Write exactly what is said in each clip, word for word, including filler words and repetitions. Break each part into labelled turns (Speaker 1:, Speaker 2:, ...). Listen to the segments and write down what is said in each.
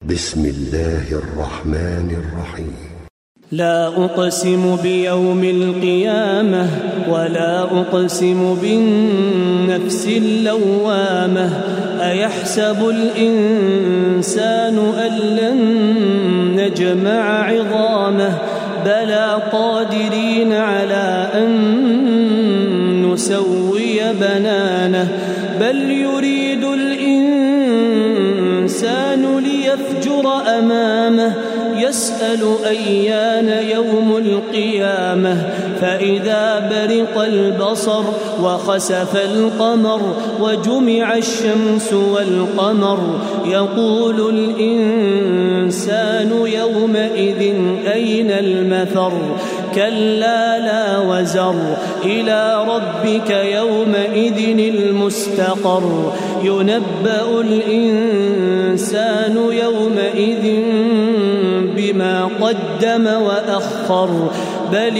Speaker 1: بسم الله الرحمن الرحيم.
Speaker 2: لا أقسم بيوم القيامة ولا أقسم بالنفس اللوامة أيحسب الإنسان أن لن نجمع عظامه بلى قادرين على أن نسوي بنانه بل يريد الإنسان ليفجر أمامه يسأل أيان يوم القيامة فإذا برق البصر وخسف القمر وجمع الشمس والقمر يقول الإنسان يومئذ أين المفر كلا لا وزر إلى ربك يومئذ المستقر ينبأ الإنسان يومئذ بما قدم وأخر بل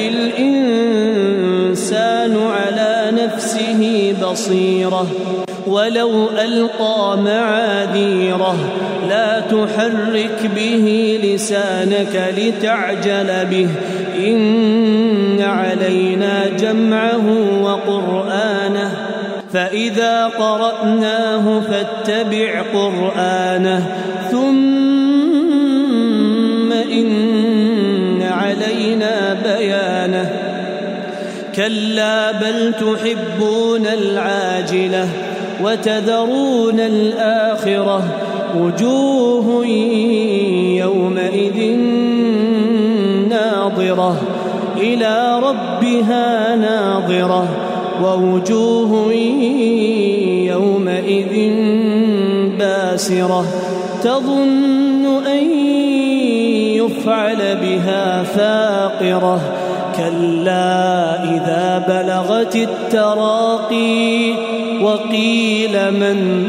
Speaker 2: الإنسان على نفسه بصيرة ولو ألقى معاذيره لا تحرك به لسانك لتعجل به إن علينا جمعه وقرآنه فإذا قرأناه فاتبع قرآنه ثم إن علينا بيانه كلا بل تحبون العاجلة وتذرون الآخرة وجوه يومئذ ناظرة إلى ربها ناظرة ووجوه يومئذ باسرة تظن أن يفعل بها فاقرة كلا إذا بلغت التراقي وقيل من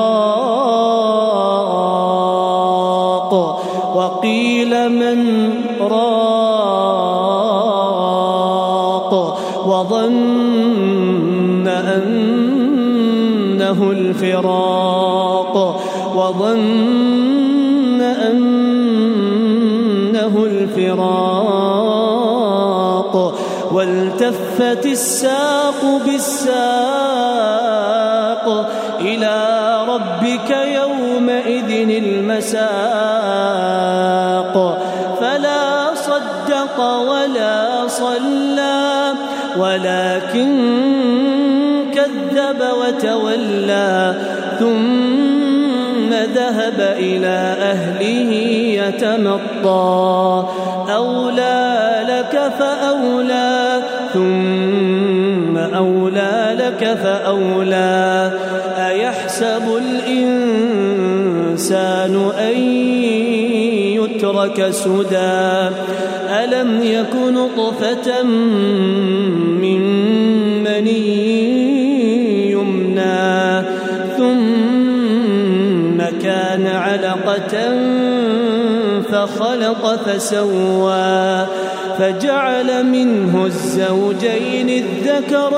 Speaker 2: راق وقيل من راق وظن أنه الفراق وظن أنه الفراق والتفت الساق بالساق إلى ربك يومئذ المساق فلا صدق ولا صلى ولكن كذب وتولى ثم ذهب إلى أهله يتمطى أولى لك فأولى ثم أولى لك فأولى أيحسب الإنسان أن يترك سدى ألم يك نطفة من مني يمنى ثم كان علقة فخلق فسوى فجعل منه الزوجين الذكر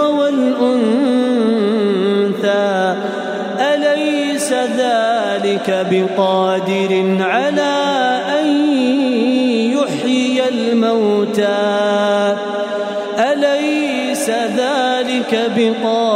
Speaker 2: والأنثى أليس ذلك بقادر على أن يحيي الموتى أليس ذلك بقادر